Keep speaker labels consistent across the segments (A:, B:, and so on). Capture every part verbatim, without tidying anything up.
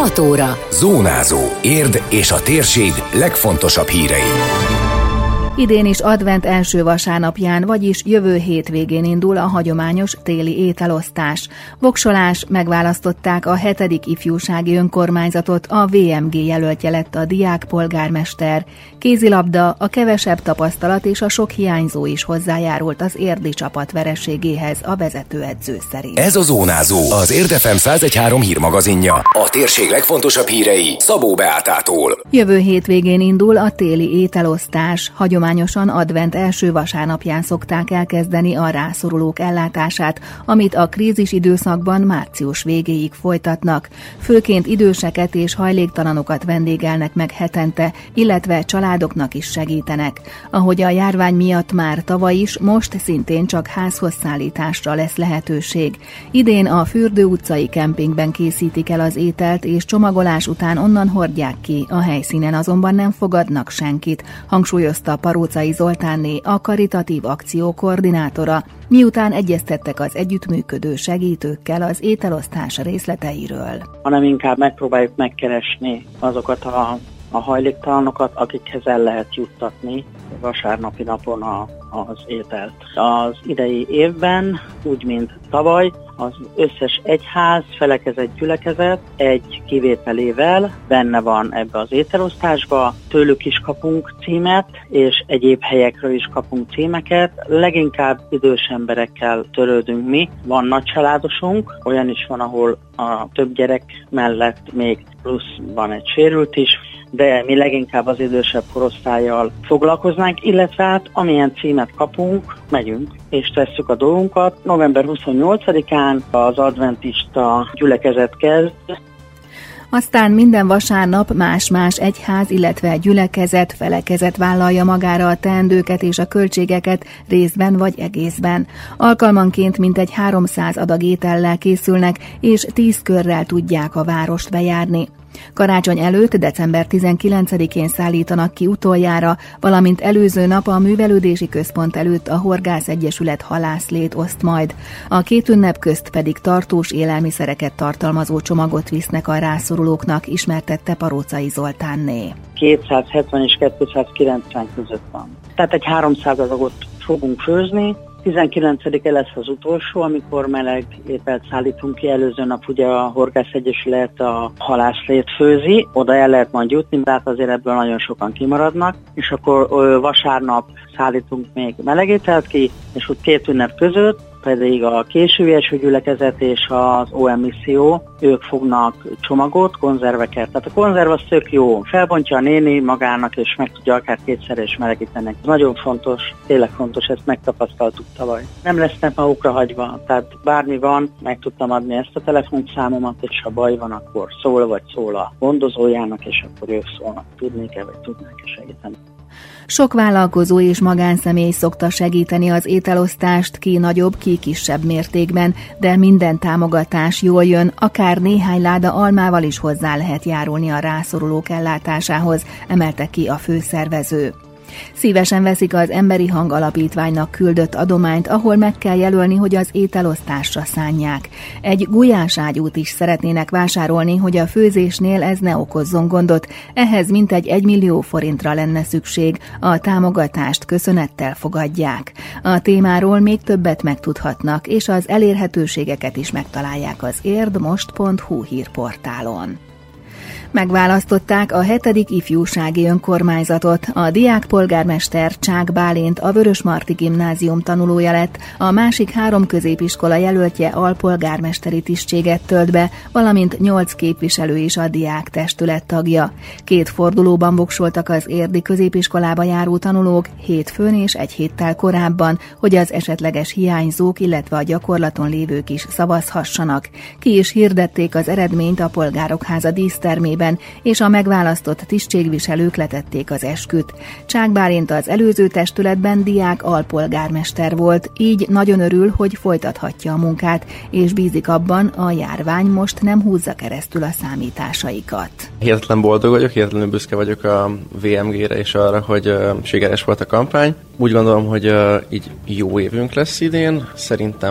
A: hat óra.
B: Zónázó. Érd és a térség legfontosabb hírei.
C: Idén is advent első vasárnapján, vagyis jövő hétvégén indul a hagyományos téli ételosztás. Voksolás, megválasztották a hetedik ifjúsági önkormányzatot, a vé em gé jelöltje lett a diákpolgármester. Kézilabda, a kevesebb tapasztalat és a sok hiányzó is hozzájárult az érdi csapat vereségéhez, a vezetőedző szerint.
B: Ez a Zónázó, az Érd ef em száz egy pont három hírmagazinja. A térség legfontosabb hírei Szabó Beátától.
C: Jövő hétvégén indul a téli ételosztás. Hagyományosan advent első vasárnapján szokták elkezdeni a rászorulók ellátását, amit a krízis időszakban március végéig folytatnak. Főként időseket és hajléktalanokat vendégelnek meg hetente, illetve családoknak is segítenek. Ahogy a járvány miatt már tavaly is, most szintén csak házhoz szállításra lesz lehetőség. Idén a Fürdő utcai kempingben készítik el az ételt, és csomagolás után onnan hordják ki, a helyszínen azonban nem fogadnak senkit, hangsúlyozta Parócai Zoltánné, a karitatív akció koordinátora, miután egyeztettek az együttműködő segítőkkel az ételosztás részleteiről.
D: Hanem inkább megpróbáljuk megkeresni azokat a, a hajléktalanokat, akikhez el lehet juttatni vasárnapi napon a, az ételt. Az idei évben, úgy mint tavaly, az összes egyház, felekezet, gyülekezet egy kivételével benne van ebbe az ételosztásba. Tőlük is kapunk címet, és egyéb helyekről is kapunk címeket. Leginkább idős emberekkel törődünk mi. Van nagycsaládosunk, olyan is van, ahol a több gyerek mellett még plusz van egy sérült is, de mi leginkább az idősebb korosztállyal foglalkoznánk, illetve hát amilyen címet kapunk, megyünk és tesszük a dolgunkat. november huszonnyolcadikán az adventista gyülekezet kezd.
C: Aztán minden vasárnap más-más egyház, illetve gyülekezet, felekezet vállalja magára a teendőket és a költségeket részben vagy egészben. Alkalmanként mintegy háromszáz adag étellel készülnek, és tíz körrel tudják a várost bejárni. Karácsony előtt december tizenkilencedikén szállítanak ki utoljára, valamint előző nap a művelődési központ előtt a Horgász Egyesület halászlét oszt majd. A két ünnep közt pedig tartós élelmiszereket tartalmazó csomagot visznek a rászorulóknak, ismertette Parócai Zoltánné.
D: kétszázhetven és kétszázkilencven között van. Tehát egy háromszáz adagot fogunk főzni. tizenkilencedike lesz az utolsó, amikor meleg ételt szállítunk ki. Előző nap ugye a Horgász Egyesület a halászlét főzi, oda el lehet majd jutni, de hát azért ebből nagyon sokan kimaradnak, és akkor ö, vasárnap szállítunk még meleg ételt ki, és ott két ünnep között pedig a késői eső gyülekezet és az o em misszió, ők fognak csomagot, konzerveket. Tehát a konzerv az tök jó. Felbontja a néni magának, és meg tudja akár kétszer is melegíteni. Nagyon fontos, tényleg fontos, ezt megtapasztaltuk tavaly. Nem lesznek magukra hagyva, tehát bármi van, meg tudtam adni ezt a telefonszámomat, és ha baj van, akkor szól vagy szól a gondozójának, és akkor ők szólnak, tudnék-e, vagy tudnák-e segíteni.
C: Sok vállalkozó és magánszemély szokta segíteni az ételosztást, ki nagyobb, ki kisebb mértékben, de minden támogatás jól jön, akár néhány láda almával is hozzá lehet járulni a rászorulók ellátásához, emelte ki a főszervező. Szívesen veszik az Emberi Hang Alapítványnak küldött adományt, ahol meg kell jelölni, hogy az ételosztásra szánják. Egy gulyáságyút is szeretnének vásárolni, hogy a főzésnél ez ne okozzon gondot. Ehhez mintegy egy millió forintra lenne szükség. A támogatást köszönettel fogadják. A témáról még többet megtudhatnak, és az elérhetőségeket is megtalálják az érdmost pont hu hírportálon. Megválasztották a hetedik ifjúsági önkormányzatot. A diákpolgármester Csák Bálint a Vörösmarty Gimnázium tanulója lett, a másik három középiskola jelöltje alpolgármesteri tisztséget tölt be, valamint nyolc képviselő is a diák testület tagja. Két fordulóban voksoltak az érdi középiskolába járó tanulók, hétfőn és egy héttel korábban, hogy az esetleges hiányzók, illetve a gyakorlaton lévők is szavazhassanak. Ki is hirdették az eredményt a Polgárok Háza dísztermében, és a megválasztott tisztségviselők letették az esküt. Csák Bálint az előző testületben diák alpolgármester volt, így nagyon örül, hogy folytathatja a munkát, és bízik abban, a járvány most nem húzza keresztül a számításaikat.
E: Hihetetlen boldog vagyok, hihetetlenül büszke vagyok a vé em gére és arra, hogy uh, sikeres volt a kampány. Úgy gondolom, hogy uh, így jó évünk lesz idén. Szerintem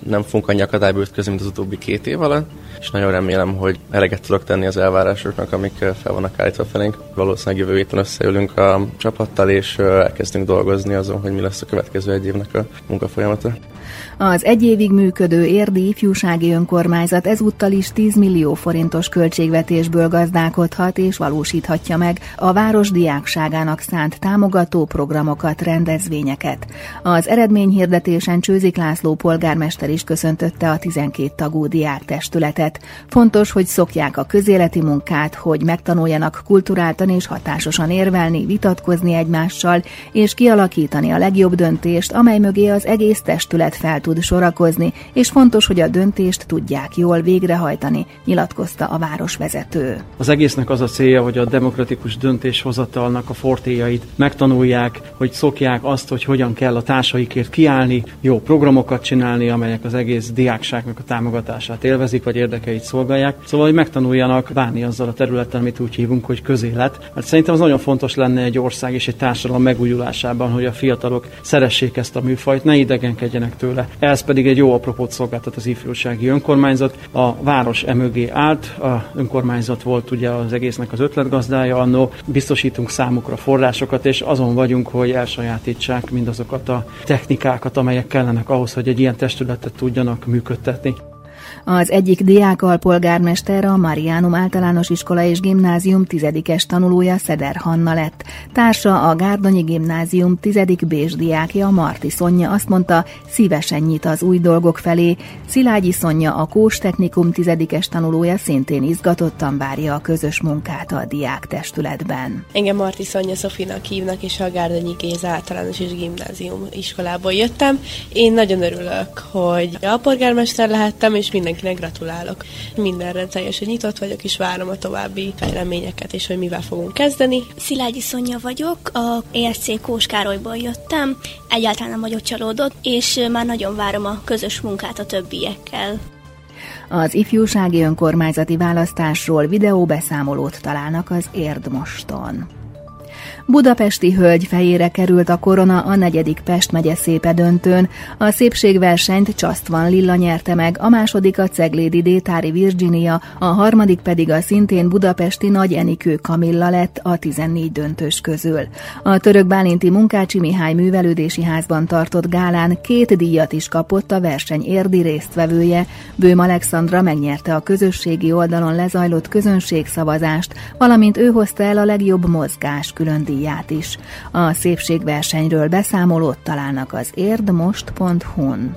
E: nem fogunk annyi akadályba ütközni, mint az utóbbi két év alatt, és nagyon remélem, hogy eleget tudok tenni az elvárásoknak, amik fel vannak állítva felénk. Valószínűleg jövő héten összeülünk a csapattal, és elkezdünk dolgozni azon, hogy mi lesz a következő egy évnek a munkafolyamata.
C: Az egy évig működő érdi ifjúsági önkormányzat ezúttal is tíz millió forintos költségvetésből gazdálkodhat és valósíthatja meg a város diákságának szánt támogató programokat, rendezvényeket. Az eredményhirdetésen Csőzik László polgármester is köszöntötte a tizenkét tagú diáktestületet. Fontos, hogy szokják a közéleti munkát, hogy megtanuljanak kulturáltan és hatásosan érvelni, vitatkozni egymással, és kialakítani a legjobb döntést, amely mögé az egész testület fel tud sorakozni, és fontos, hogy a döntést tudják jól végrehajtani, nyilatkozta a városvezető.
A: Az egésznek az a célja, hogy a demokratikus döntéshozatalnak a fortéjait megtanulják, hogy szokják azt, hogy hogyan kell a társaikért kiállni, jó programokat csinálni, amelyek az egész diákságnak a támogatását élvezik, vagy érdekeit szolgálják. Szóval, hogy megtanuljanak bánni azzal a területen, amit úgy hívunk, hogy közélet. Hát szerintem az nagyon fontos lenne egy ország és egy társadalom megújulásában, hogy a fiatalok szeressék ezt a műfajt, ne idegenkedjenek tőle. Ez pedig egy jó apropót szolgáltat az ifjúsági önkormányzat. A város emögé állt, a önkormányzat volt ugye az egésznek az ötletgazdája annó, biztosítunk számukra forrásokat, és azon vagyunk, hogy elsajátítsák mindazokat a technikákat, amelyek kellenek ahhoz, hogy egy ilyen testületet tudjanak működtetni.
C: Az egyik diákalpolgármester a Mariánum Általános Iskola és Gimnázium tizedikes tanulója Szeder Hanna lett. Társa a Gárdonyi Gimnázium tizedik B-s diákja Marti Szonya azt mondta, szívesen nyit az új dolgok felé. Szilágyi Szonya a Kós Technikum tizedikes tanulója szintén izgatottan várja a közös munkát a diáktestületben.
F: Engem Marti Szonya Szofinak hívnak, és a Gárdonyi Géza Általános és Gimnázium iskolából jöttem. Én nagyon örülök, hogy alpolgármester lehettem, és mindenkinek gratulálok. Mindenre teljesen nyitott vagyok, és várom a további fejleményeket, és hogy mivel fogunk kezdeni.
G: Szilágyi Szonya vagyok, a é es cé Kós Károlyból jöttem, egyáltalán nem vagyok csalódott, és már nagyon várom a közös munkát a többiekkel.
C: Az ifjúsági önkormányzati választásról videóbeszámolót találnak az Érdmoston. Budapesti hölgy fejére került a korona a negyedik Pest megye szépe döntőn. A szépségversenyt Csasztvan Lilla nyerte meg, a második a ceglédi Détári Virginia, a harmadik pedig a szintén budapesti Nagy Enikő Kamilla lett a tizennégy döntős közül. A Török Bálinti Munkácsi Mihály Művelődési Házban tartott gálán két díjat is kapott a verseny érdi résztvevője. Bőm Alexandra megnyerte a közösségi oldalon lezajlott közönségszavazást, valamint ő hozta el a legjobb mozgás külön díját is. A szépségversenyről beszámolót találnak az érdmost pont hu-n.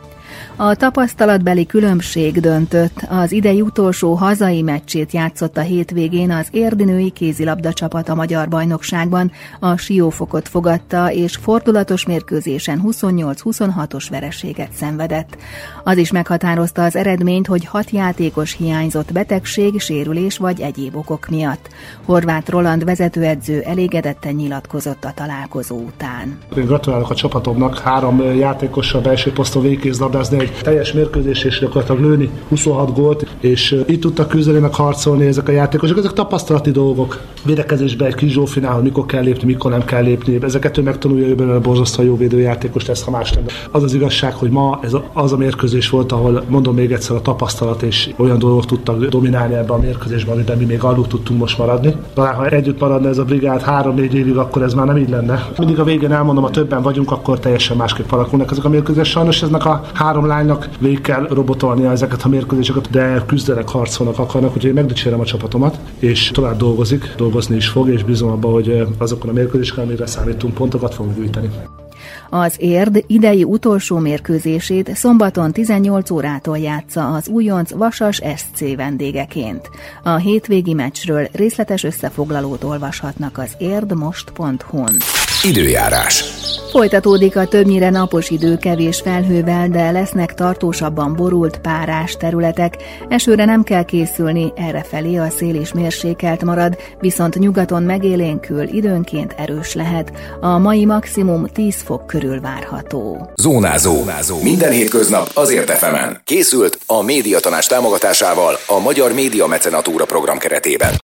C: A tapasztalatbeli különbség döntött. Az idei utolsó hazai meccsét játszott a hétvégén az érdi női kézilabda csapat a magyar bajnokságban. A Siófokot fogadta, és fordulatos mérkőzésen huszonnyolc huszonhatos vereséget szenvedett. Az is meghatározta az eredményt, hogy hat játékos hiányzott betegség, sérülés vagy egyéb okok miatt. Horváth Roland vezetőedző elégedetten nyilatkozott a találkozó után.
H: Én gratulálok a csapatomnak, három játékossal belső poszton végigkézlabdázni egy teljes mérkőzés, és akartak lőni huszonhat gólt, és itt tudtak küzdeni, meg harcolni ezek a játékosok. Ezek tapasztalati dolgok. Védekezésben egy kis Zsófinál, hogy mikor kell lépni, mikor nem kell lépni. Ezeket ő megtanulja, ő belőle borzasztóan jó védőjátékos lesz, ha más lenne. Az az igazság, hogy ma ez az a mérkőzés volt, ahol mondom még egyszer, a tapasztalat és olyan dolgok tudtak dominálni ebben a mérkőzésben, amiben mi még alul tudtunk most maradni. Talán ha együtt maradna ez a brigád három-négy évig, akkor ez már nem így lenne. Mindig a végén elmondom, ha többen vagyunk, akkor teljesen másképp alakulnak ezek a mérkőzések. Sajnos eznek a három lánynak végig kell robotolnia ezeket a mérkőzéseket, de küzdenek, harcolnak akarnak, úgyhogy megdicsérem a csapatomat, és tovább dolgozik, dolgozni is fog, és bízom abban, hogy azokon a mérkőzéseken, amire számítunk, pontokat fogunk gyűjteni.
C: Az Érd idei utolsó mérkőzését szombaton tizennyolc órától játsza az újonc Vasas es cé vendégeként. A hétvégi meccsről részletes összefoglalót olvashatnak az érdmost pont hu-n.
B: Időjárás.
C: Folytatódik a többnyire napos idő kevés felhővel, de lesznek tartósabban borult, párás területek. Esőre nem kell készülni, errefelé a szél is mérsékelt marad, viszont nyugaton megélénkül, időnként erős lehet. A mai maximum tíz fok körül várható.
B: Zónázó. Zónázó. Minden hétköznap azért ef emen. Készült a Médiatanács támogatásával a Magyar Média Mecenatúra program keretében.